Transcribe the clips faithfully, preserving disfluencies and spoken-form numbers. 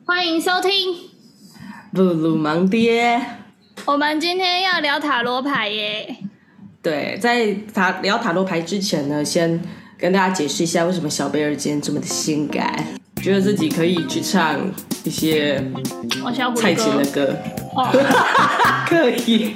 欢迎收听露露盲爹。 我们今天要聊塔罗牌耶。 对，在塔聊塔罗牌之前呢，先跟大家解释一下为什么小贝儿今天这么的性感，觉得自己可以去唱一些蔡琴的歌。 哦， 可以。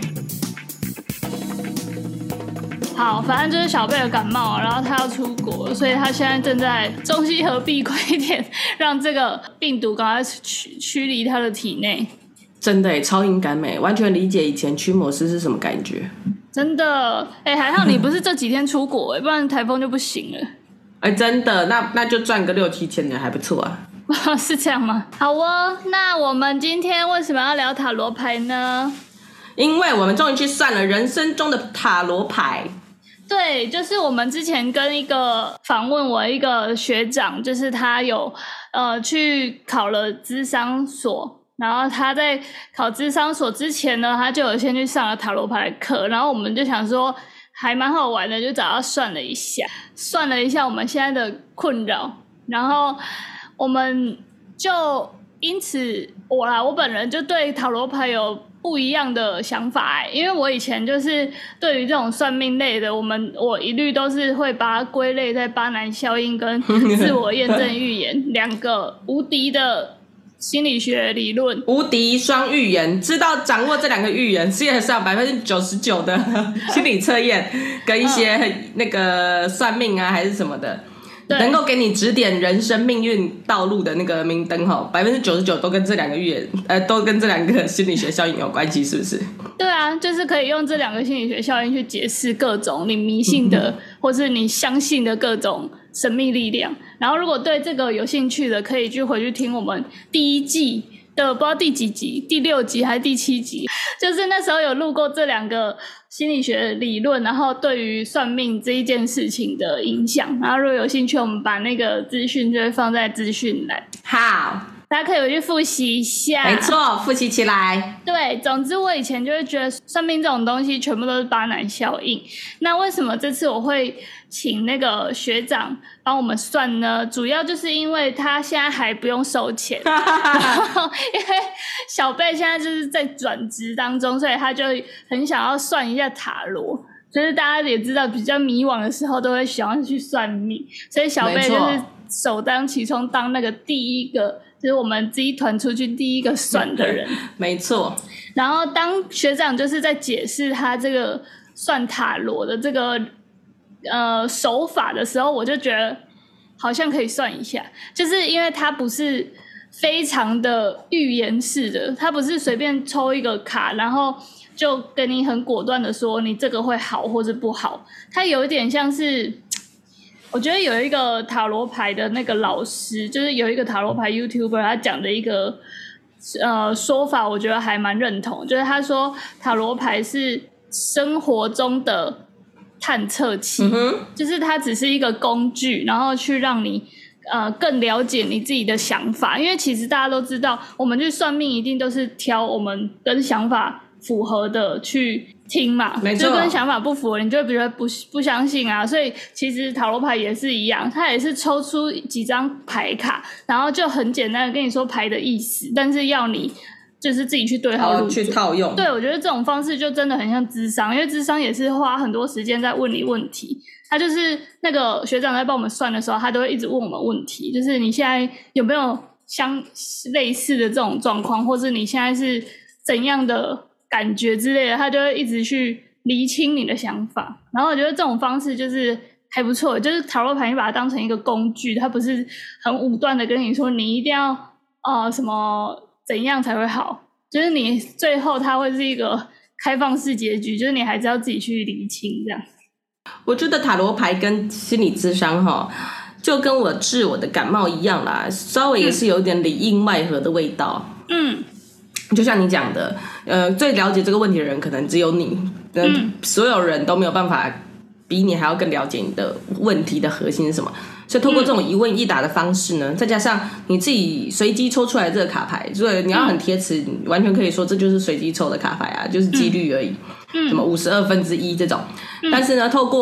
好，反正就是小贝尔感冒，然后他要出国，所以他现在正在中西合璧，快一点让这个病毒赶快驱驱离他的体内。 真的耶，超音感美，完全理解以前驱魔师是什么感觉。 真的，哎，还好你不是这几天出国，不然台风就不行了。 哎，真的，那那就赚个六七千的还不错啊。 是这样吗？好哦，那我们今天为什么要聊塔罗牌呢？ 因为我们终于去算了人生中的塔罗牌。 对，就是我们之前跟一个访问我一个学长，就是他有呃去考了諮商所，然后他在考諮商所之前呢，他就有先去上了塔罗牌的课，然后我们就想说还蛮好玩的，就找他算了一下，算了一下我们现在的困扰，然后我们就因此我啦，我本人就对塔罗牌有不一样的想法、欸、因为我以前就是对于这种算命类的，我们我一律都是会把它归类在巴南效应跟自我验证预言两个无敌的心理学理论， 无敌双预言，知道掌握这两个预言，世界上百分之九十九的心理测验跟一些那个算命啊还是什么的。能够给你指点人生命运道路的那个明灯哈，百分之九十九都跟这两个预言，呃，都跟这两个心理学效应有关系，是不是？ 对啊，就是可以用这两个心理学效应去解释各种你迷信的，嗯、或是你相信的各种神秘力量。然后，如果对这个有兴趣的，可以去回去听我们第一季的不知道第几集，第六集还是第七集，就是那时候有录过这两个心理学理论，然后对于算命这一件事情的影响。然后如果有兴趣，我们把那个资讯就会放在资讯栏。 好， 大家可以回去复习一下。 没错，复习起来。 对，总之我以前就会觉得算命这种东西全部都是巴南效应。那为什么这次我会请那个学长帮我们算呢？主要就是因为他现在还不用收钱，然后因为小贝现在就是在转职当中，所以他就很想要算一下塔罗。就是大家也知道，比较迷惘的时候都会想要去算命，所以小贝就是首当其冲当那个第一个，就是我们这一团出去第一个算的人。 没错。然后当学长就是在解释他这个算塔罗的这个呃手法的时候，我就觉得好像可以算一下，就是因为他不是非常的预言式的，他不是随便抽一个卡然后就跟你很果断的说你这个会好或是不好，他有一点像是，我觉得有一个塔罗牌的那个老师，就是有一个塔罗牌 YouTuber 他讲的一个呃说法，我觉得还蛮认同，就是他说塔罗牌是生活中的探测器、嗯、就是它只是一个工具，然后去让你呃更了解你自己的想法，因为其实大家都知道我们去算命一定都是挑我们跟想法符合的去听嘛，就跟想法不符合你就会觉得不不相信啊，所以其实塔罗牌也是一样，它也是抽出几张牌卡，然后就很简单的跟你说牌的意思，但是要你就是自己去对号入座、哦、 去套用。对， 我觉得这种方式就真的很像諮商，因为諮商也是花很多时间在问你问题，他就是那个学长在帮我们算的时候，他都会一直问我们问题，就是你现在有没有相类似的这种状况，或是你现在是怎样的感觉之类的，他就会一直去厘清你的想法。然后我觉得这种方式就是还不错，就是塔罗牌你把它当成一个工具，它不是很武断的跟你说你一定要呃什么怎样才会好，就是你最后它会是一个开放式结局，就是你还是要自己去厘清这样。 我觉得塔罗牌跟心理諮商齁就跟我治我的感冒一样啦，稍微也是有点里应外合的味道。嗯，就像你讲的，呃，最了解这个问题的人可能只有你，嗯，所有人都没有办法比你还要更了解你的问题的核心是什么。所以透过这种一问一答的方式呢，再加上你自己随机抽出来的这个卡牌，所以你要很贴词，你完全可以说这就是随机抽的卡牌啊，就是几率而已，嗯、什么五十二分之一这种。但是呢，透过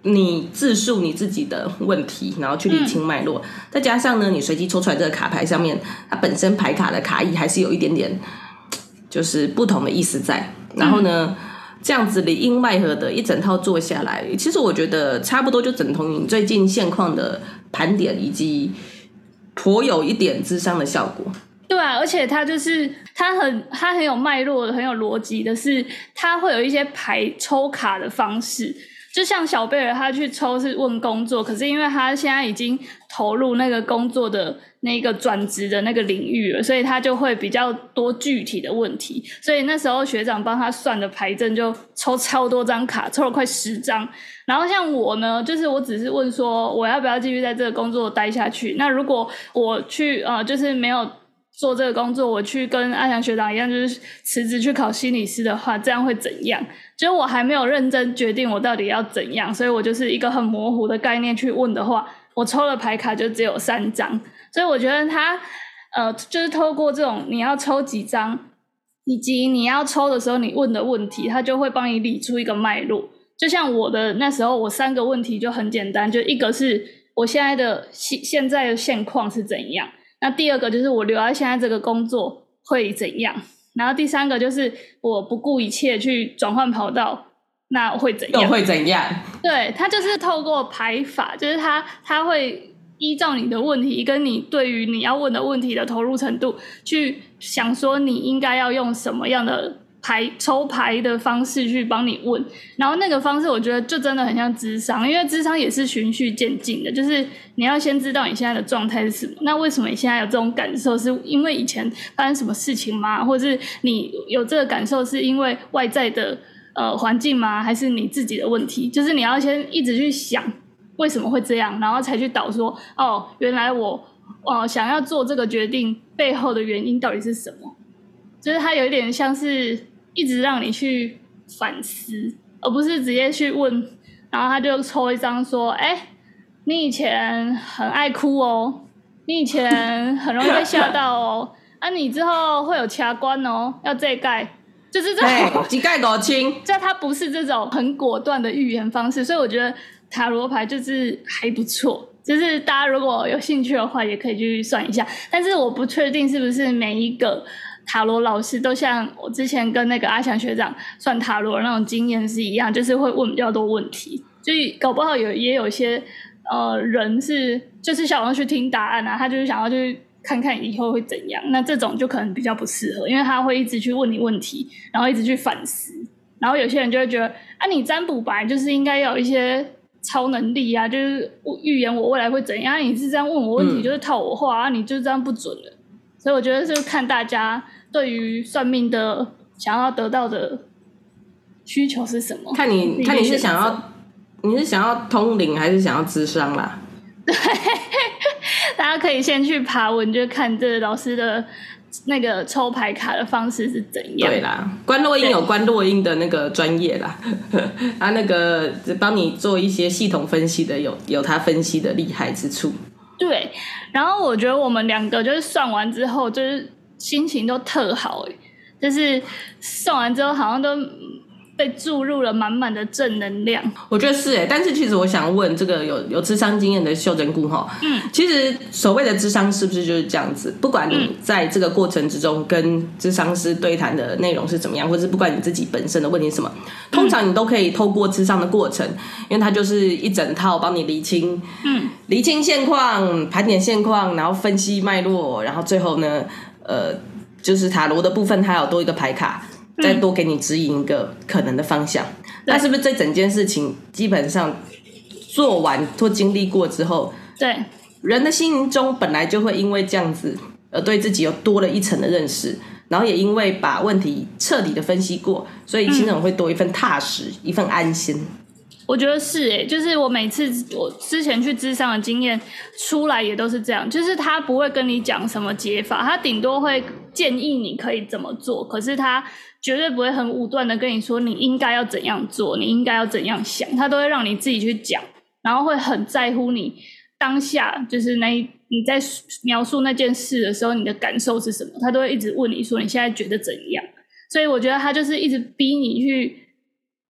你自述你自己的问题，然后去理清脉络、嗯、再加上呢你随机抽出来这个卡牌上面它本身牌卡的卡意还是有一点点就是不同的意思在，然后呢、嗯、这样子里应外合的一整套做下来，其实我觉得差不多就等同于最近现况的盘点以及颇有一点諮商的效果。 对啊，而且它就是它很它很有脉络的，很有逻辑的是它会有一些牌抽卡的方式，就像小贝尔他去抽是问工作，可是因为他现在已经投入那个工作的那个转职的那个领域了，所以他就会比较多具体的问题，所以那时候学长帮他算的牌阵就抽超多张卡，抽了快十张。然后像我呢，就是我只是问说我要不要继续在这个工作待下去，那如果我去呃就是没有做这个工作，我去跟阿翔学长一样就是辞职去考心理师的话，这样会怎样，就是我还没有认真决定我到底要怎样，所以我就是一个很模糊的概念去问的话，我抽的牌卡就只有三张。所以我觉得他呃，就是透过这种你要抽几张以及你要抽的时候你问的问题，他就会帮你理出一个脉络。就像我的那时候我三个问题就很简单，就一个是我现在的现在的现况是怎样，那第二个就是我留在现在这个工作会怎样，然后第三个就是我不顾一切去转换跑道，那会怎样？ 又会怎样？ 对，它就是透过牌法，就是它它会依照你的问题跟你对于你要问的问题的投入程度，去想说你应该要用什么样的牌抽牌的方式去帮你问，然后那个方式我觉得就真的很像諮商，因为諮商也是循序渐进的，就是你要先知道你现在的状态是什么，那为什么你现在有这种感受，是因为以前发生什么事情吗？或者是你有这个感受是因为外在的呃环境吗？还是你自己的问题？就是你要先一直去想为什么会这样，然后才去导说哦，原来我呃想要做这个决定背后的原因到底是什么，就是它有一点像是一直让你去反思，而不是直接去问，然后他就抽一张说哎，你以前很爱哭哦，你以前很容易被吓到哦啊，你之后会有卡关哦，要这一盖，就是这种一盖搞清， 就它不是这种很果断的预言方式，所以我觉得塔罗牌就是还不错，就是大家如果有兴趣的话也可以去算一下，但是我不确定是不是每一个塔罗老师都像我之前跟那个阿翔学长算塔罗的那种经验是一样，就是会问比较多问题，所以搞不好有也有一些呃人是就是想要去听答案啊，他就是想要去看看以后会怎样，那这种就可能比较不适合，因为他会一直去问你问题，然后一直去反思，然后有些人就会觉得啊，你占卜本来就是应该要有一些超能力啊，就是预言我未来会怎样，你是这样问我问题、嗯、就是套我话啊，你就这样不准了。所以我觉得就是看大家对于算命的想要得到的需求是什么， 看你看你是想要你是想要通灵还是想要諮商啦。 对，大家可以先去爬文，就看这老师的那个抽牌卡的方式是怎样。 对啦，关落音有关落音的那个专业啦，他那个帮你做一些系统分析的有有他分析的厉害之处。 对，然后我觉得我们两个就是算完之后就是心情都特好耶，就是算完之后好像都被注入了满满的正能量。 我觉得是耶，但是其实我想问这个有有諮商经验的秀珍姑齁，嗯，其实所谓的諮商是不是就是这样子，不管你在这个过程之中跟諮商师对谈的内容是怎么样，或者是不管你自己本身的问题是什么，通常你都可以透过諮商的过程，因为它就是一整套帮你厘清嗯，厘清现况，盘点现况，然后分析脉络，然后最后呢呃，就是塔罗的部分它有多一个牌卡，再多给你指引一个可能的方向、嗯、那是不是这整件事情基本上做完或经历过之后， 对人的心中本来就会因为这样子而对自己有多了一层的认识，然后也因为把问题彻底的分析过，所以心中会多一份踏实、嗯、一份安心。 我觉得是耶，就是我每次我之前去諮商的经验出来也都是这样，就是他不会跟你讲什么解法，他顶多会建议你可以怎么做，可是他绝对不会很武断的跟你说你应该要怎样做，你应该要怎样想，他都会让你自己去讲，然后会很在乎你当下就是那你在描述那件事的时候你的感受是什么，他都会一直问你说你现在觉得怎样，所以我觉得他就是一直逼你去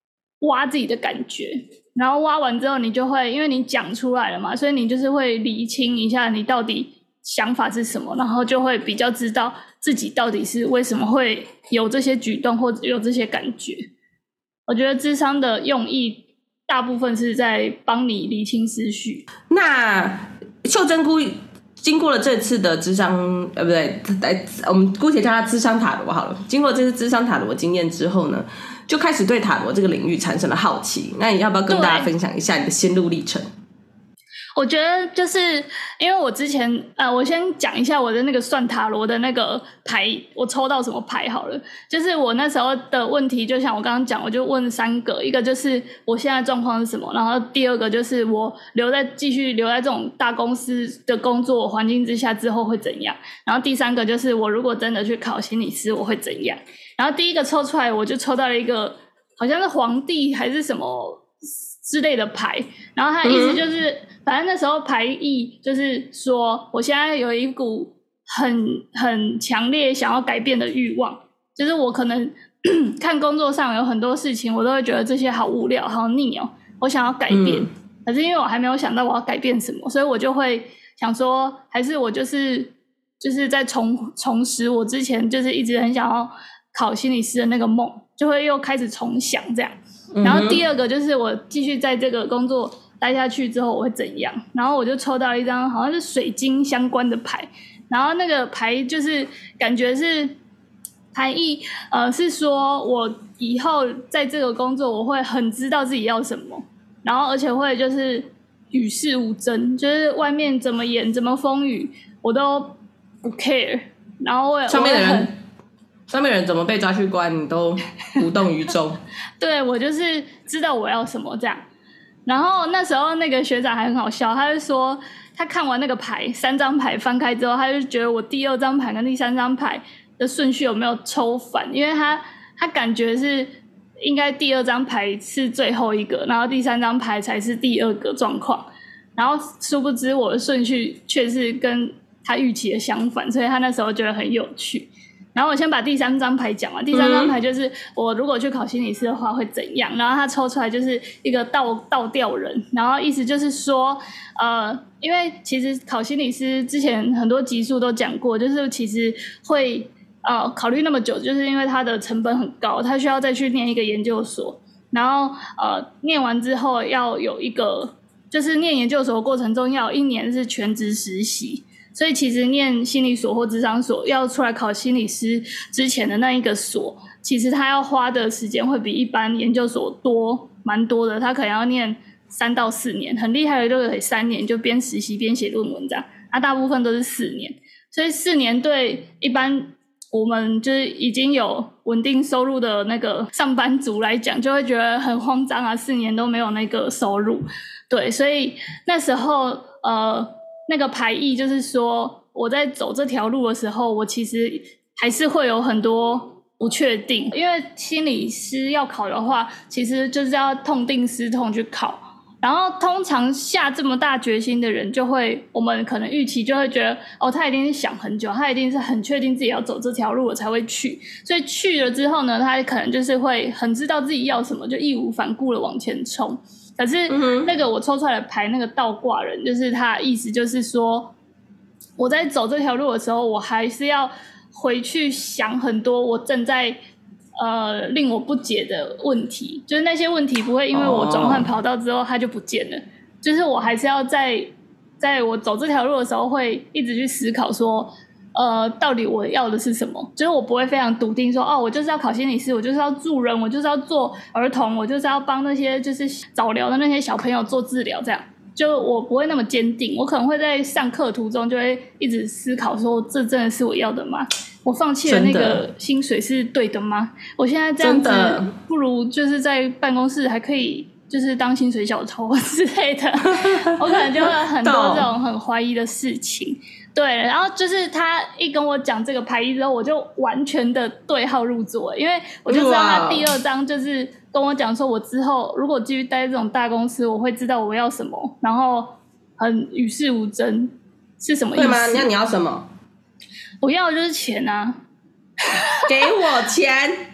挖自己的感觉，然后挖完之后你就会因为你讲出来了嘛，所以你就是会厘清一下你到底想法是什么，然后就会比较知道自己到底是为什么会有这些举动或者有这些感觉。我觉得諮商的用意大部分是在帮你理清思绪。 那秀珍菇经过了这次的諮商，呃，不对，我们姑且叫它諮商塔罗好了。经过这次諮商塔罗经验之后呢，就开始对塔罗这个领域产生了好奇。那你要不要跟大家分享一下你的心路历程？ 我觉得就是因为我之前呃，我先讲一下我的那个算塔罗的那个牌，我抽到什么牌好了。就是我那时候的问题，就像我刚刚讲，我就问三个，一个就是我现在状况是什么，然后第二个就是我留在继续留在这种大公司的工作环境之下之后会怎样，然后第三个就是我如果真的去考心理师我会怎样。然后第一个抽出来我就抽到了一个好像是皇帝还是什么之类的牌，然后他的意思就是、嗯、反正那时候牌意就是说我现在有一股很很强烈想要改变的欲望，就是我可能看工作上有很多事情我都会觉得这些好无聊好腻哦，我想要改变、嗯、可是因为我还没有想到我要改变什么，所以我就会想说还是我就是就是在重重拾我之前就是一直很想要考心理师的那个梦，就会又开始重想这样。然后第二个就是我继续在这个工作待下去之后我会怎样，然后我就抽到一张好像是水晶相关的牌，然后那个牌就是感觉是牌意呃是说我以后在这个工作我会很知道自己要什么，然后而且会就是与世无争，就是外面怎么演怎么风雨我都不 care， 然后我上面的人上面人怎么被抓去关你都无动于衷对，我就是知道我要什么这样。然后那时候那个学长还很好笑，他就说他看完那个牌三张牌翻开之后，他就觉得我第二张牌跟第三张牌的顺序有没有抽反，因为他他感觉是应该第二张牌是最后一个，然后第三张牌才是第二个状况，然后殊不知我的顺序却是跟他预期的相反，所以他那时候觉得很有趣。然后我先把第三张牌讲完，第三张牌就是我如果去考心理师的话会怎样，然后他抽出来就是一个倒倒吊人，然后意思就是说呃，因为其实考心理师之前很多集数都讲过，就是其实会呃考虑那么久就是因为它的成本很高，他需要再去念一个研究所，然后呃念完之后要有一个就是念研究所的过程中要有一年是全职实习，所以其实念心理所或諮商所要出来考心理师之前的那一个所，其实他要花的时间会比一般研究所多蛮多的，他可能要念三到四年，很厉害的就可以三年就边实习边写论文这样，啊大部分都是四年，所以四年对一般我们就是已经有稳定收入的那个上班族来讲就会觉得很慌张啊，四年都没有那个收入。对，所以那时候呃那个牌意就是说我在走这条路的时候我其实还是会有很多不确定，因为心理师要考的话其实就是要痛定思痛去考，然后通常下这么大决心的人就会我们可能预期就会觉得哦他一定是想很久，他一定是很确定自己要走这条路我才会去，所以去了之后呢他可能就是会很知道自己要什么就义无反顾的往前冲。可是那个我抽出来的牌那个倒挂人就是他的意思就是说我在走这条路的时候我还是要回去想很多我正在呃令我不解的问题，就是那些问题不会因为我转换跑道之后它就不见了，就是我还是要在在我走这条路的时候会一直去思考说呃，到底我要的是什么，就是我不会非常笃定说哦，我就是要考心理师，我就是要助人，我就是要做儿童，我就是要帮那些就是早疗的那些小朋友做治疗，这样就我不会那么坚定，我可能会在上课途中就会一直思考说这真的是我要的吗？我放弃了那个薪水是对的吗？我现在这样子不如就是在办公室还可以就是当薪水小偷之类的我可能就会有很多这种很怀疑的事情。对，然后就是他一跟我讲这个牌意之后我就完全的对号入座，因为我就知道他第二章就是跟我讲说我之后如果继续待这种大公司我会知道我要什么，然后很与世无争是什么意思？ 对吗？那你要什么？ 我要的就是钱啊给我钱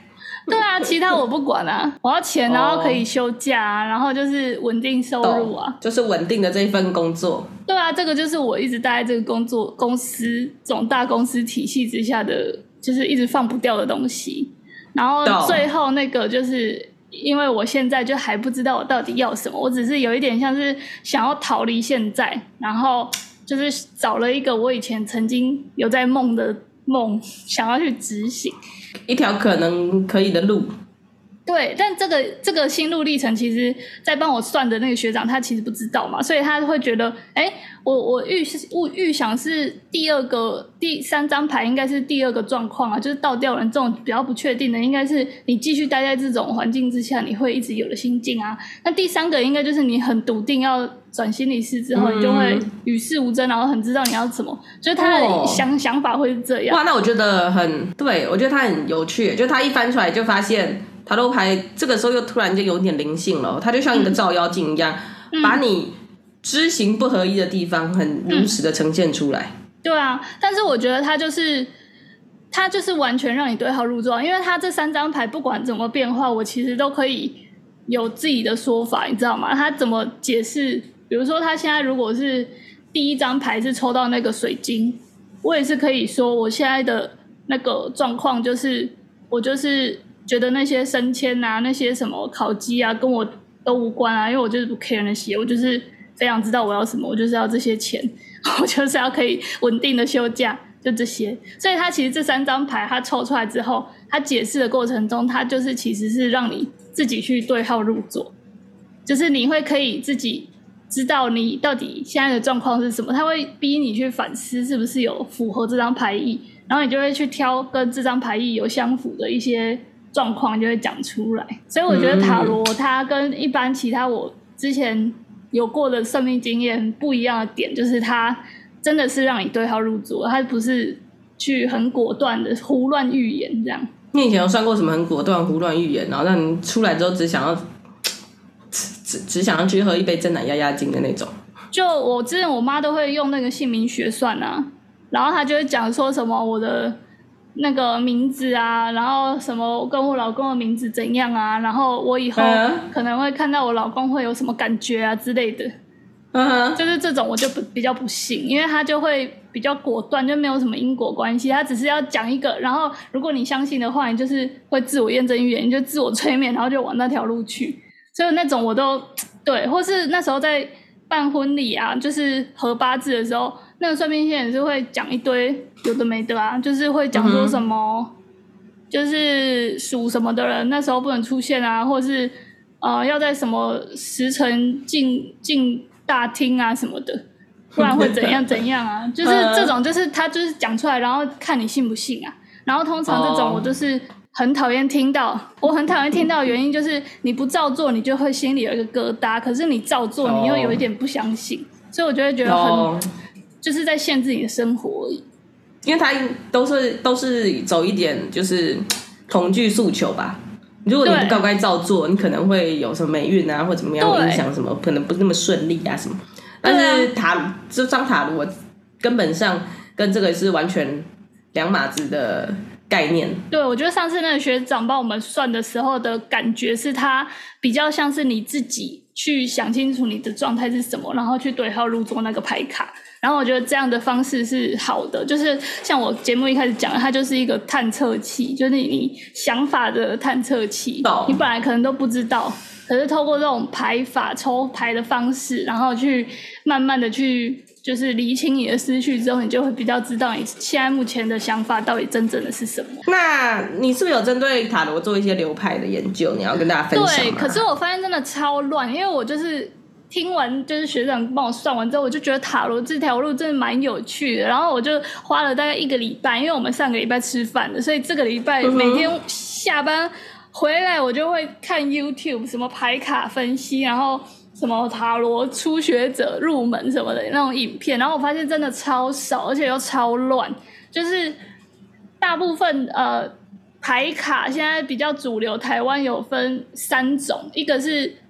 对啊，其他我不管啊，我要钱，然后可以休假啊，然后就是稳定收入啊， 就是稳定的这一份工作。 对啊，这个就是我一直待在这个工作公司这种大公司体系之下的，就是一直放不掉的东西。然后最后那个就是因为我现在就还不知道我到底要什么，我只是有一点像是想要逃离现在，然后就是找了一个我以前曾经有在梦的梦，想要去执行一条可能可以的路。 对，但这个这个心路历程，其实在帮我算的那个学长，他其实不知道嘛，所以他会觉得，哎，我我预我预想是第二个第三张牌应该是第二个状况啊，就是倒吊人这种比较不确定的，应该是你继续待在这种环境之下，你会一直有的心境啊。那第三个应该就是你很笃定要转心理师之后，你就会与世无争，然后很知道你要什么，就是他的想、哦、想法会是这样。 哇，那我觉得很对，我觉得他很有趣，就他一翻出来就发现。塔罗牌这个时候又突然间有点灵性了，它就像一个照妖镜一样、嗯、把你知行不合一的地方很如实的呈现出来、 嗯、对啊，但是我觉得它就是它就是完全让你对号入座，因为它这三张牌不管怎么变化，我其实都可以有自己的说法，你知道吗？它怎么解释，比如说它现在如果是第一张牌是抽到那个水晶，我也是可以说我现在的那个状况就是我就是觉得那些升迁啊，那些什么考绩啊，跟我都无关啊，因为我就是不 care 那些，我就是非常知道我要什么，我就是要这些钱，我就是要可以稳定的休假，就这些。所以他其实这三张牌他抽出来之后，他解释的过程中，他就是其实是让你自己去对号入座，就是你会可以自己知道你到底现在的状况是什么，他会逼你去反思是不是有符合这张牌意，然后你就会去挑跟这张牌意有相符的一些状况就会讲出来。所以我觉得塔罗它跟一般其他我之前有过的生命经验不一样的点，就是它真的是让你对号入座，它不是去很果断的胡乱预言这样。 你以前有算过什么很果断胡乱预言，然后让你出来之后只想要只, 只想要去喝一杯真奶压压惊的那种？ 就我之前我妈都会用那个姓名学算啊，然后她就会讲说什么我的那个名字啊，然后什么跟我老公的名字怎样啊，然后我以后可能会看到我老公会有什么感觉啊之类的。嗯，就是这种我就不比较不信，因为他就会比较果断，就没有什么因果关系，他只是要讲一个，然后如果你相信的话，你就是会自我验证预言，你就自我催眠，然后就往那条路去。所以那种我都对，或是那时候在办婚礼啊，就是合八字的时候，那个算命先生也是会讲一堆有的没的啊，就是会讲说什么、嗯、就是属什么的人那时候不能出现啊，或是呃要在什么时辰进进大厅啊什么的，不然会怎样怎样啊，就是这种就是他就是讲出来，然后看你信不信啊。然后通常这种我就是很讨厌听到，我很讨厌听到的原因就是你不照做你就会心里有一个疙瘩，可是你照做你又有一点不相信，所以我就会觉得很、oh. 就是在限制你的生活而已。 因为他都是都是走一点就是恐惧诉求吧，如果你不乖乖照做，你可能会有什么霉运啊或怎么样影响什么，可能不是那么顺利啊什么。但是塔这张塔罗根本上跟这个是完全两码子的概念。 对，我觉得上次那个学长帮我们算的时候的感觉是他比较像是你自己去想清楚你的状态是什么，然后去对号入座那个牌卡。然后我觉得这样的方式是好的，就是像我节目一开始讲的，它就是一个探测器，就是你想法的探测器。你本来可能都不知道，可是透过这种牌法抽牌的方式，然后去慢慢的去就是理清你的思绪之后，你就会比较知道你现在目前的想法到底真正的是什么。 那你是不是有针对塔罗做一些流派的研究，你要跟大家分享吗？ 对，可是我发现真的超乱，因为我就是听完就是学长帮我算完之后，我就觉得塔罗这条路真的蛮有趣的，然后我就花了大概一个礼拜，因为我们上个礼拜吃饭的，所以这个礼拜每天下班回来我就会看 YouTube 什么牌卡分析，然后什么塔罗初学者入门什么的那种影片，然后我发现真的超少，而且又超乱，就是大部分呃牌卡现在比较主流，台湾有分三种，一个是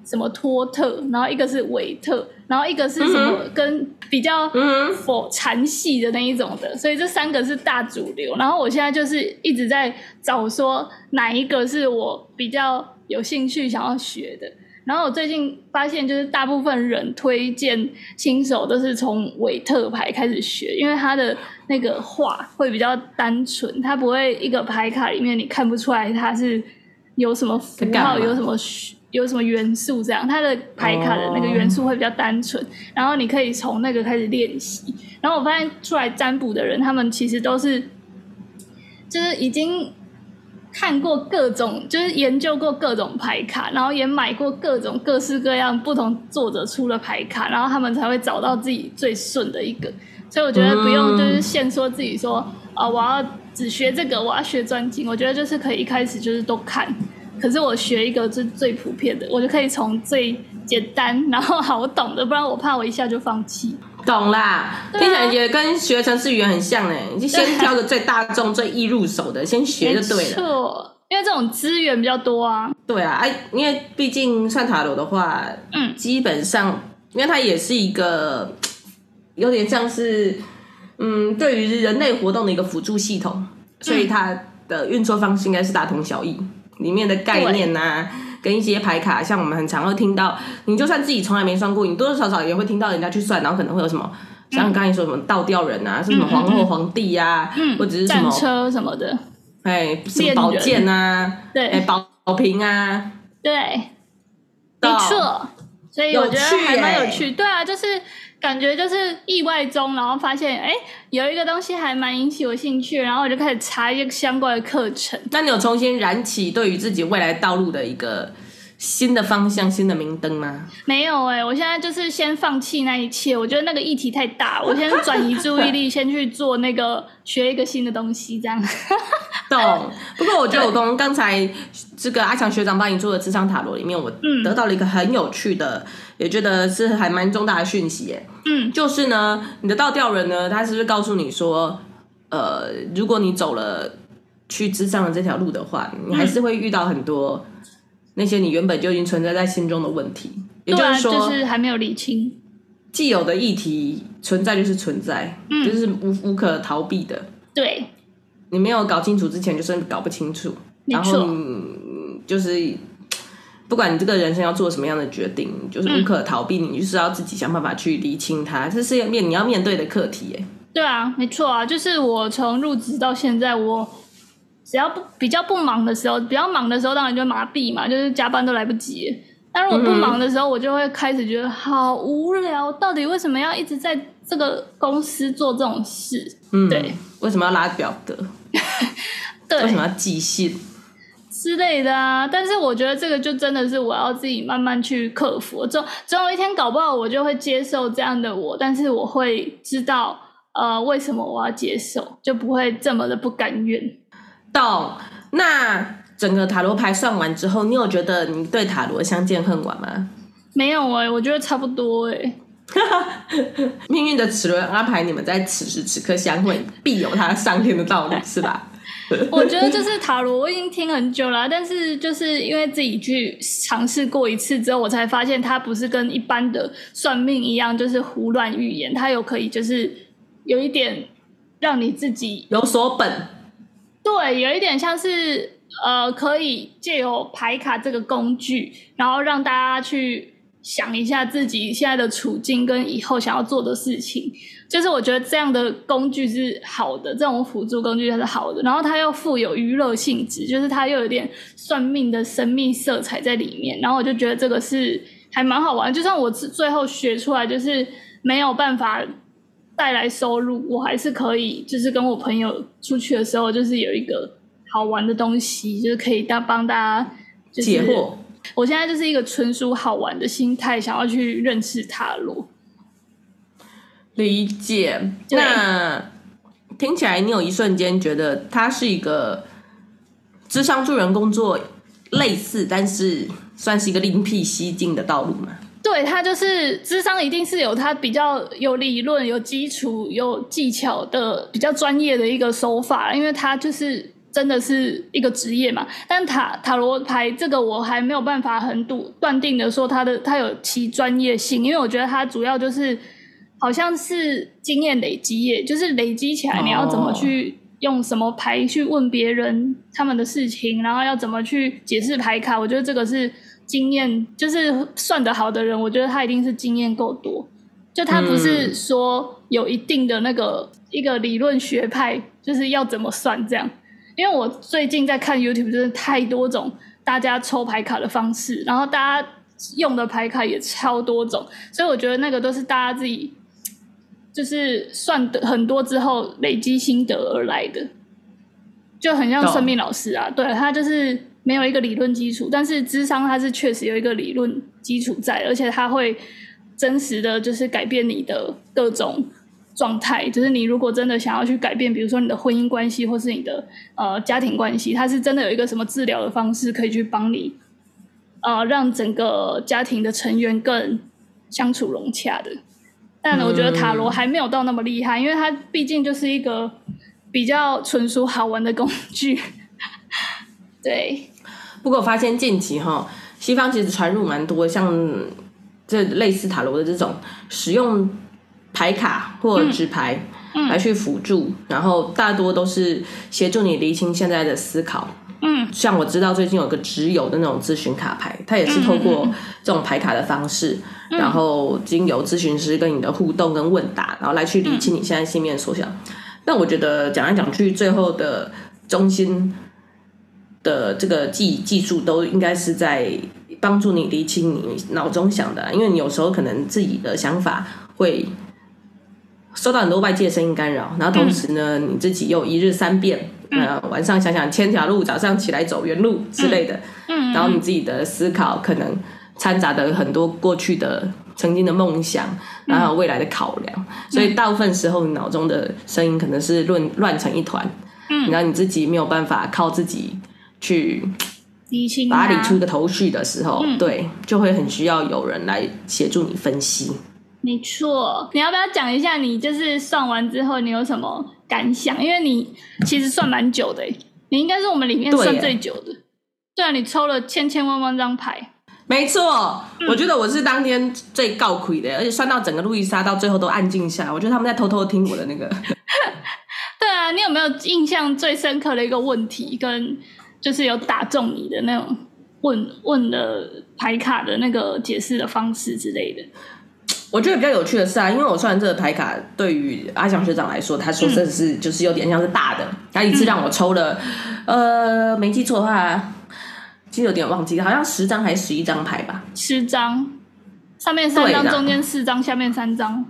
什么托特，然后一个是韦特，然后一个是什么跟比较否禅系的那一种的，所以这三个是大主流。然后我现在就是一直在找说哪一个是我比较有兴趣想要学的。然后我最近发现，就是大部分人推荐新手都是从韦特牌开始学，因为它的那个画会比较单纯，它不会一个牌卡里面你看不出来它是有什么符号，有什么有什么元素这样，它的牌卡的那个元素会比较单纯，哦、然后你可以从那个开始练习。然后我发现出来占卜的人，他们其实都是就是已经看过各种，就是研究过各种牌卡，然后也买过各种各式各样不同作者出的牌卡，然后他们才会找到自己最顺的一个。所以我觉得不用就是限说自己说啊、呃，我要只学这个，我要学专精。我觉得就是可以一开始就是都看，可是我学一个是最普遍的，我就可以从最简单然后好懂的，不然我怕我一下就放弃。 懂啦，啊、听起来觉得跟学程式语言很像嘞，你就先挑个最大众、最易入手的，先学就对了。 没错，因为这种资源比较多啊。 对啊，因为毕竟算塔罗的话，嗯，基本上，因为它也是一个有点像是，嗯，对于人类活动的一个辅助系统，所以它的运作方式应该是大同小异，里面的概念啊。跟一些牌卡，像我们很常会听到，你就算自己从来没算过，你多多少少也会听到人家去算，然后可能会有什么，像刚才说什么倒吊人啊，是什么皇后、皇帝啊，嗯、或者是什么战车什么的， 哎，什么宝剑啊， 对， 哎，宝瓶啊， 对，没错，所以我觉得还蛮有趣，欸、对啊，就是感觉就是意外中，然后发现哎，有一个东西还蛮引起我兴趣，然后我就开始查一些相关的课程。 那你有重新燃起对于自己未来道路的一个新的方向、新的明灯吗？ 没有哎、欸，我现在就是先放弃那一切，我觉得那个议题太大，我先转移注意力，先去做那个学一个新的东西，这样。 懂。不过我觉得我从刚才这个阿强学长帮你做的智商塔罗里面，我得到了一个很有趣的，嗯、也觉得是还蛮重大的讯息耶。嗯，就是呢，你的倒吊人呢，他是不是告诉你说，呃，如果你走了去智商的这条路的话，你还是会遇到很多那些你原本就已经存在在心中的问题，也就是说， 对啊，就是还没有理清。 既有的议题存在就是存在，嗯、就是无无可逃避的。 对。 你没有搞清楚之前，就是搞不清楚，然后你就是不管你这个人生要做什么样的决定，就是无可逃避，嗯、你就是要自己想办法去理清它，这是面你要面对的课题耶。 对啊，没错啊，就是我从入职到现在，我只要不比较不忙的时候，比较忙的时候当然就麻痹嘛，就是加班都来不及。但如果不忙的时候，我就会开始觉得好无聊，到底为什么要一直在这个公司做这种事？嗯，对， 为什么要拉表格？ 对， 为什么要寄信之类的啊？但是我觉得这个就真的是我要自己慢慢去克服。总总有一天搞不好我就会接受这样的我，但是我会知道呃为什么我要接受，就不会这么的不甘愿。 懂。那整个塔罗牌算完之后，你有觉得你对塔罗相见恨晚吗？ 没有哎、欸，我觉得差不多哎、欸。 命运的齿轮安排你们在此时此刻相会，必有它上天的道理，是吧？ 我觉得就是塔罗，我已经听很久了，但是就是因为自己去尝试过一次之后，我才发现它不是跟一般的算命一样，就是胡乱预言，它有可以就是有一点让你自己有所本。 对，有一点像是呃，可以借由牌卡这个工具，然后让大家去想一下自己现在的处境跟以后想要做的事情，就是我觉得这样的工具是好的，这种辅助工具是好的，然后它又富有娱乐性质，就是它又有点算命的神秘色彩在里面，然后我就觉得这个是还蛮好玩，就算我最后学出来就是没有办法带来收入，我还是可以就是跟我朋友出去的时候就是有一个好玩的东西，就是可以帮大家、就是、 解惑。 我现在就是一个纯属好玩的心态，想要去认识塔罗。 理解。那听起来你有一瞬间觉得它是一个諮商助人工作类似，但是算是一个另辟蹊径的道路吗？ 对，它就是諮商一定是有它比较有理论、有基础、有技巧的比较专业的一个手法，因为它就是真的是一个职业嘛。但塔塔罗牌这个我还没有办法很笃断定的说它的它有其专业性，因为我觉得它主要就是好像是经验累积耶，就是累积起来你要怎么去用什么牌去问别人他们的事情，然后要怎么去解释牌卡，我觉得这个是经验，就是算得好的人我觉得他一定是经验够多，就他不是说有一定的那个一个理论学派就是要怎么算这样。因为我最近在看 YouTube 真的太多种大家抽牌卡的方式，然后大家用的牌卡也超多种，所以我觉得那个都是大家自己就是算的很多之后累积心得而来的，就很像生命老师啊，对，他就是没有一个理论基础，但是諮商他是确实有一个理论基础在，而且他会真实的就是改变你的各种状态，就是你如果真的想要去改变比如说你的婚姻关系或是你的呃家庭关系，它是真的有一个什么治疗的方式可以去帮你呃让整个家庭的成员更相处融洽的。但我觉得塔罗还没有到那么厉害，因为它毕竟就是一个比较纯属好玩的工具对。 不过我发现近期齁西方其实传入蛮多像这类似塔罗的这种使用牌卡或者纸牌来去辅助、嗯嗯、然后大多都是协助你厘清现在的思考。嗯，像我知道最近有个直邮的那种咨询卡牌，它也是透过这种牌卡的方式、嗯、然后经由咨询师跟你的互动跟问答，然后来去厘清你现在心里面所想、嗯、但我觉得讲来讲去最后的中心的这个技技术都应该是在帮助你厘清你脑中想的，因为你有时候可能自己的想法会受到很多外界的声音干扰，然后同时呢、嗯、你自己又一日三变、嗯呃、晚上想想千条路，早上起来走原路之类的、嗯嗯、然后你自己的思考可能掺杂的很多过去的曾经的梦想，然后未来的考量、嗯、所以大部分时候你脑中的声音可能是乱乱成一团、嗯、然后你自己没有办法靠自己去把它理出一个头绪的时候、嗯、对，就会很需要有人来协助你分析。 没错，你要不要讲一下你就是算完之后你有什么感想？因为你其实算蛮久的耶，你应该是我们里面算最久的。 对, 对啊，你抽了千千万万张牌。 没错、嗯、我觉得我是当天最告亏的，而且算到整个路易莎到最后都安静下来，我觉得他们在偷偷听我的那个对啊，你有没有印象最深刻的一个问题跟就是有打中你的那种问问的牌卡的那个解释的方式之类的？ 我觉得比较有趣的是啊，因为我算这个牌卡对于阿翔学长来说，他说这是就是有点像是大的、嗯、他一次让我抽了、嗯、呃没记错的话其实有点忘记，好像十张还是十一张牌吧。 十张，上面三张，中间四张，下面三张。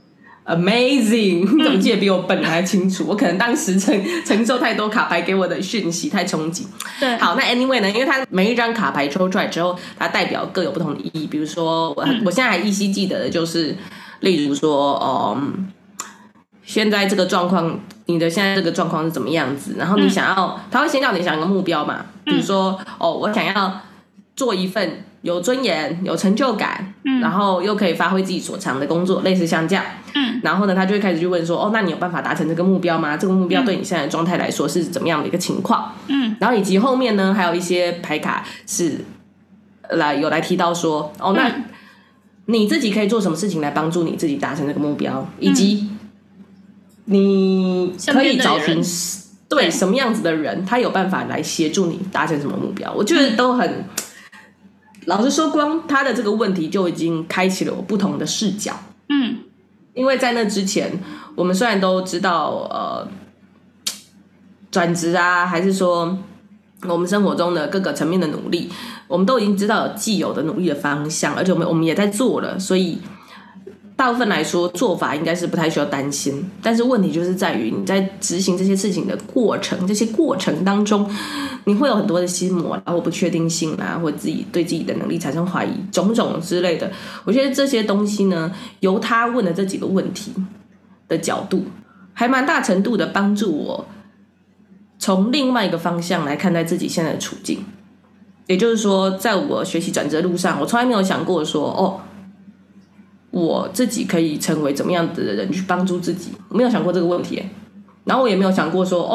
Amazing！ 你怎么记得比我本还清楚？我可能当时承承受太多卡牌给我的讯息太冲击。 对， 好，那 anyway 呢？因为它每一张卡牌抽出来之后，它代表各有不同的意义。比如说，我、嗯、我现在还依稀记得的就是，例如说，嗯，现在这个状况，你的现在这个状况是怎么样子？然后你想要，嗯、他会先叫你想一个目标嘛？比如说，哦，我想要做一份有尊严、有成就感，嗯、然后又可以发挥自己所长的工作，类似像这样。嗯，然后呢，他就会开始去问说，哦，那你有办法达成这个目标吗？这个目标对你现在的状态来说是怎么样的一个情况？嗯，然后以及后面呢，还有一些牌卡是来有来提到说，哦，那你自己可以做什么事情来帮助你自己达成这个目标，以及你可以找寻对什么样子的人，他有办法来协助你达成什么目标。我觉得都很，老实说，光他的这个问题就已经开启了我不同的视角。嗯。因为在那之前，我们虽然都知道呃转职啊，还是说我们生活中的各个层面的努力，我们都已经知道有既有的努力的方向，而且我们我们也在做了，所以大部分来说做法应该是不太需要担心。但是问题就是在于你在执行这些事情的过程，这些过程当中，你会有很多的心魔啊，或不确定性啊，或自己对自己的能力产生怀疑，种种之类的。我觉得这些东西呢，由他问的这几个问题的角度，还蛮大程度的帮助我从另外一个方向来看待自己现在的处境。也就是说，在我学习转折路上，我从来没有想过说，哦，我自己可以成为怎么样的人去帮助自己，我没有想过这个问题。然后我也没有想过说，哦，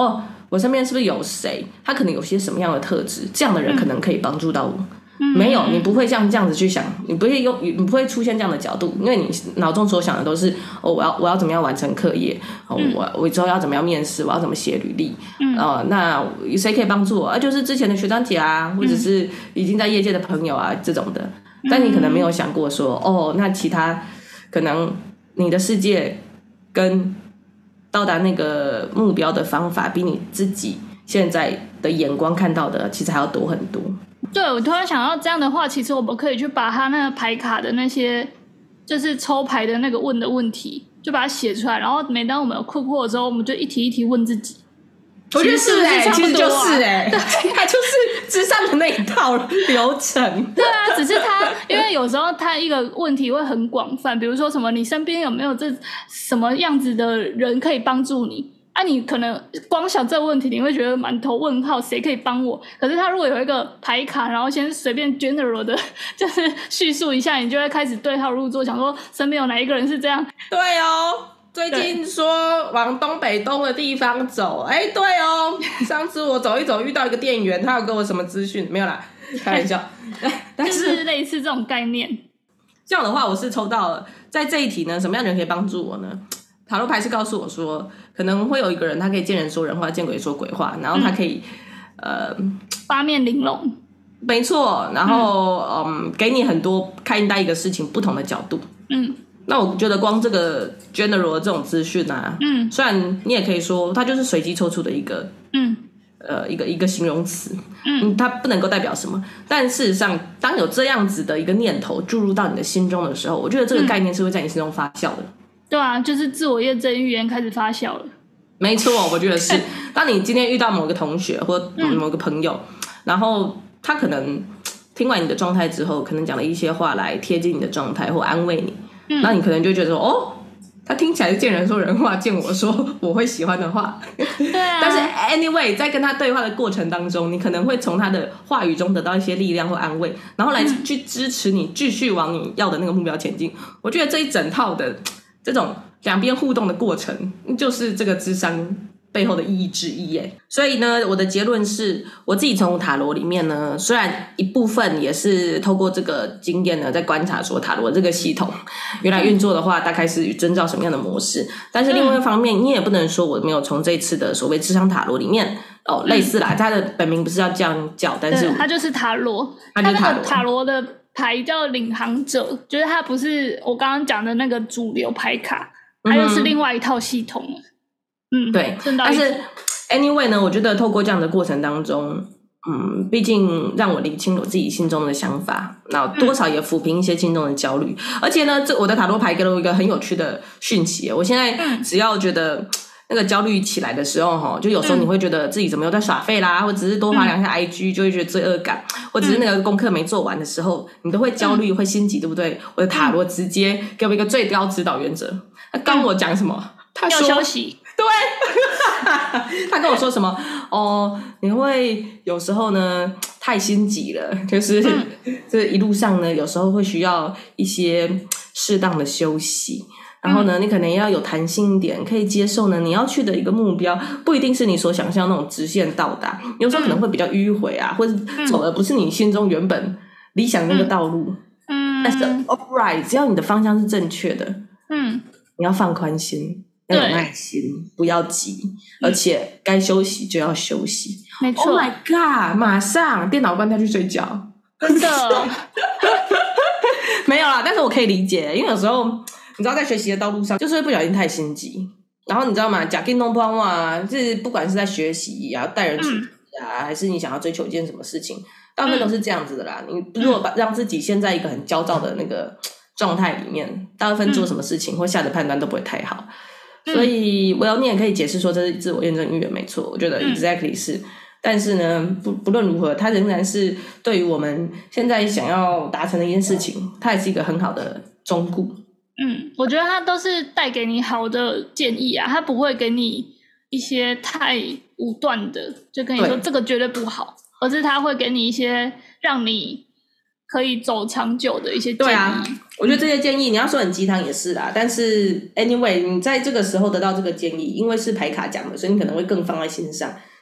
我身边是不是有谁他可能有些什么样的特质，这样的人可能可以帮助到我、嗯、没有，你不会像这样子去想，你不会用你不会出现这样的角度，因为你脑中所想的都是哦，我要我要怎么样完成课业、哦嗯、我我之后要怎么样面试，我要怎么写履历、嗯呃、那谁可以帮助我、啊、就是之前的学长姐啊，或者是已经在业界的朋友啊这种的，但你可能没有想过说哦，那其他可能你的世界跟到达那个目标的方法比你自己现在的眼光看到的其实还要多很多。 对，我突然想到这样的话，其实我们可以去把他那个牌卡的那些就是抽牌的那个问的问题就把它写出来，然后每当我们有困惑的时候，我们就一题一题问自己。 我觉得是哎、欸，其实就是哎、欸，它就是智商的那一套流程。 对啊，只是它因为有时候它一个问题会很广泛，比如说什么你身边有没有这什么样子的人可以帮助你啊？你可能光想这个问题，你会觉得满头问号，谁可以帮我？可是他如果有一个牌卡，然后先随便 general 的，就是叙述一下，你就会开始对号入座，想说身边有哪一个人是这样。 对哦。最近说往东北东的地方走，哎，对哦，上次我走一走遇到一个店员，他有给我什么资讯？没有啦，开玩笑。但是、 就是类似这种概念。 这样的话，我是抽到了，在这一题呢，什么样的人可以帮助我呢？塔罗牌是告诉我说，可能会有一个人，他可以见人说人话，见鬼说鬼话，然后他可以、嗯、呃八面玲珑， 没错，然后 嗯, 嗯给你很多看待一个事情不同的角度，嗯。那我觉得光这个 general 的这种资讯啊，嗯，虽然你也可以说它就是随机抽出的一个，嗯，呃，一个一个形容词，嗯，它不能够代表什么，但事实上，当有这样子的一个念头注入到你的心中的时候，我觉得这个概念是会在你心中发酵的。嗯、 对啊，就是自我验证预言开始发酵了。 没错，我觉得是。当你今天遇到某个同学或某个朋友，嗯、然后他可能听完你的状态之后，可能讲了一些话来贴近你的状态或安慰你。嗯、那你可能就觉得说哦，他听起来是见人说人话，见我说我会喜欢的话。 对啊。 但是 anyway 在跟他对话的过程当中，你可能会从他的话语中得到一些力量或安慰，然后来去支持你继续往你要的那个目标前进。我觉得这一整套的这种两边互动的过程，就是这个諮商背后的意义之一耶。所以呢，我的结论是我自己从塔罗里面呢，虽然一部分也是透过这个经验呢，在观察说塔罗这个系统原来运作的话大概是遵照什么样的模式，但是另外一方面你也不能说我没有从这次的所谓諮商塔罗里面哦，类似啦，它的本名不是要这样叫，但是它就是塔罗， 它就是塔罗， 塔罗的牌叫领航者，就是它不是我刚刚讲的那个主流牌卡，它又是另外一套系统了。嗯， 对，但是 anyway 呢，我觉得透过这样的过程当中，嗯，毕竟让我理清我自己心中的想法，那多少也抚平一些心中的焦虑。嗯、而且呢，这我的塔罗牌给了我一个很有趣的讯息。我现在只要觉得那个焦虑起来的时候，哈，就有时候你会觉得自己怎么又在耍废啦，或者只是多滑两下 I G 就会觉得罪恶感，或者是那个功课没做完的时候，你都会焦虑、会心急，对不对？我的塔罗直接给我一个最高指导原则，他跟我讲什么？他说要休息。 对，他跟我说什么？哦，你会有时候呢太心急了，就是这、嗯、一路上呢，有时候会需要一些适当的休息。然后呢，你可能要有弹性一点，可以接受呢，你要去的一个目标不一定是你所想象那种直线到达，有时候可能会比较迂回啊，或者走的不是你心中原本理想的那个道路。嗯，但是 alright， 只要你的方向是正确的，嗯，你要放宽心。要有耐心，不要急，而且该休息就要休息。 没错。 Oh my god！ 马上电脑关掉去睡觉。 真的没有啦，但是我可以理解，因为有时候你知道，在学习的道路上，就是会不小心太心急。然后你知道吗？假定弄破啊，就是不管是在学习啊、待人处事啊，嗯、还是你想要追求一件什么事情，大部分都是这样子的啦。嗯、你如果把让自己陷在一个很焦躁的那个状态里面，大部分做什么事情、嗯、或下的判断都不会太好。所以 well 你也可以解释说这是自我验证预言，没错，我觉得 exactly 是、嗯、但是呢不不论如何，它仍然是对于我们现在想要达成的一件事情，它也是一个很好的忠告。 嗯，我觉得它都是带给你好的建议啊，它不会给你一些太武断的就跟你说这个绝对不好，而是它会给你一些让你可以走长久的一些建议。 对啊，我觉得这些建议你要说很鸡汤也是啦，但是 anyway 你在这个时候得到这个建议，因为是牌卡讲的，所以你可能会更放在心上。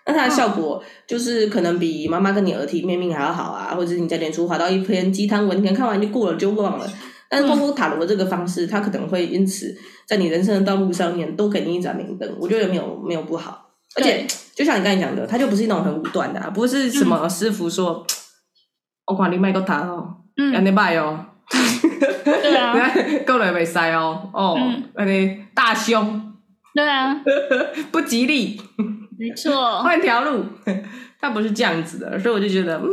那它的效果就是可能比妈妈跟你耳提面命还要好啊，或者是你在脸书滑到一篇鸡汤文，你可能看完就过了就忘了。但是通过塔罗这个方式，它可能会因此在你人生的道路上面多给你一盏明灯，我觉得没有没有不好。而且就像你刚才讲的，它就不是那种很武断的、啊，不是什么师傅说，我看你买个塔哦，要你买哦， 对啊， 够了没塞哦，哦，那你大凶， 对啊， 不吉利。 没错， 换条路，他不是这样子的，所以我就觉得，嗯，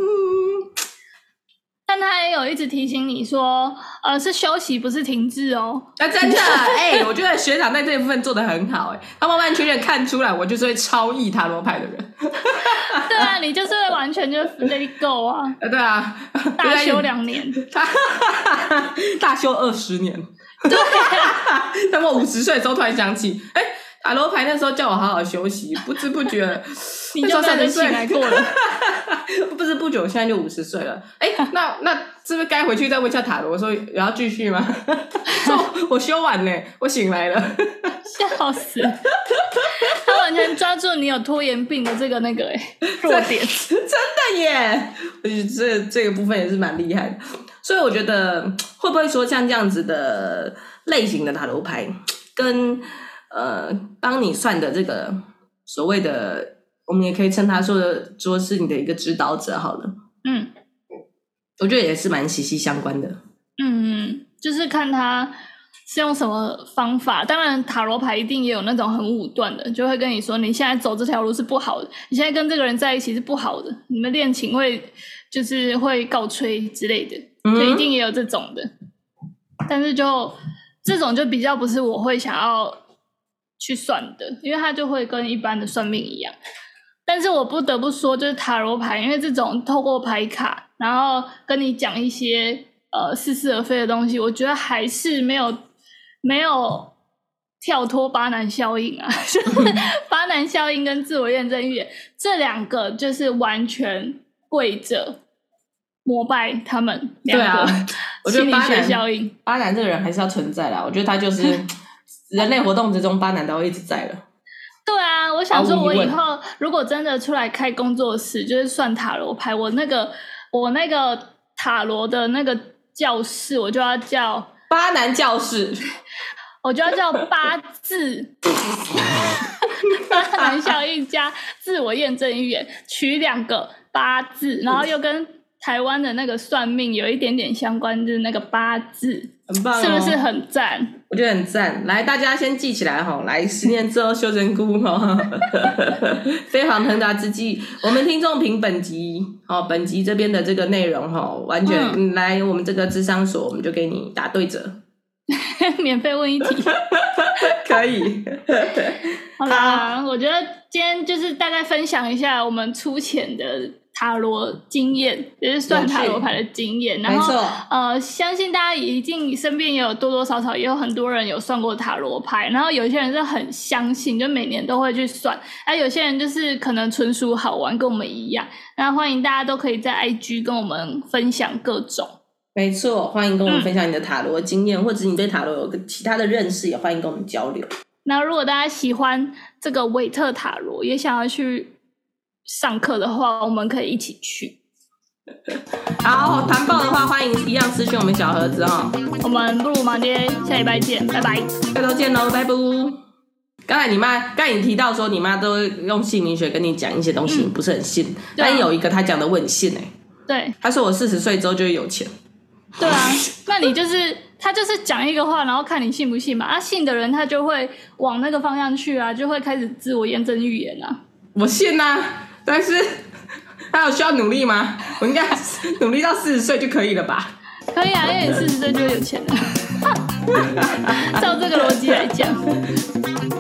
但他也有一直提醒你说，呃，是休息，不是停滞哦。 啊，真的，哎、欸，我觉得学长在这一部分做得很好、欸，哎，他完完全全看出来，我就是会超译塔罗牌的人。 对啊，你就是会完全就 let it go 啊。 对啊， 大修两年， 大修二十年。对、啊，等我五十岁的时候突然想起，哎、欸。塔罗牌那时候叫我好好休息，不知不觉你就没有醒来过了。 不知不觉我现在就五十岁了。哎、欸，那那是不是该回去再问一下塔罗？我说有要继续吗？说我修完了，我醒来了， 笑死！他完全抓住你有拖延病的这个那个哎弱点， 真的耶！我觉得这这个部分也是蛮厉害的。所以我觉得会不会说像这样子的类型的塔罗牌跟呃，当你算的这个所谓的，我们也可以称他说的说是你的一个指导者好了。嗯，我觉得也是蛮息息相关的。 嗯，就是看他是用什么方法。当然，塔罗牌一定也有那种很武断的，就会跟你说你现在走这条路是不好的，你现在跟这个人在一起是不好的，你们恋情会就是会告吹之类的，嗯、所以一定也有这种的。但是就这种就比较不是我会想要去算的，因为它就会跟一般的算命一样。但是我不得不说，就是塔罗牌，因为这种透过牌卡，然后跟你讲一些呃似是而非的东西，我觉得还是没有没有跳脱巴南效应啊，就是巴南效应跟自我验证预言这两个，就是完全跪着膜拜他们两个。对啊， 我觉得巴南效应， 巴南这个人还是要存在啦。我觉得他就是人类活动之中，巴南都一直在了。 对啊，我想说，我以后如果真的出来开工作室，就是算塔罗牌，我那个我那个塔罗的那个教室，我就要叫巴南教室， 我就要叫八字巴南效应加自我验证预言，取两个八字，然后又跟台湾的那个算命有一点点相关，就是那个八字， 很棒、哦， 是不是很赞？ 我觉得很赞。来，大家先记起来哈，来十年之后修真姑哈，飞黄腾达之际，我们听众凭本集哦，本集这边的这个内容哈，完全、嗯、来我们这个諮商所，我们就给你打对折， 免费问一题， 可以。 好啦，我觉得今天就是大概分享一下我们粗浅的塔罗经验，就是算塔罗牌的经验，然后呃，相信大家一定身边也有多多少少也有很多人有算过塔罗牌，然后有些人是很相信，就每年都会去算，而有些人就是可能纯属好玩，跟我们一样。那欢迎大家都可以在 I G 跟我们分享各种。 没错，欢迎跟我们分享你的塔罗经验、嗯，或者你对塔罗有其他的认识，也欢迎跟我们交流。 那如果大家喜欢这个韦特塔罗，也想要去上课的话，我们可以一起去。 好，团报的话，欢迎一样私讯我们小盒子哦。 我们布鲁盲爹下礼拜见，拜拜。 下周见喽，拜拜。刚才你妈，刚才你提到说你妈都用姓名学跟你讲一些东西，你、嗯、不是很信，但有一个她讲的我很信哎、欸。 对， 她说我四十岁之后就会有钱。 对啊，那你就是他就是讲一个话，然后看你信不信嘛。啊，信的人他就会往那个方向去啊，就会开始自我验证预言啊。 我信啊，但是还有需要努力吗？我应该努力到四十岁就可以了吧？ 可以啊，因为你四十岁就有钱了。照这个逻辑来讲。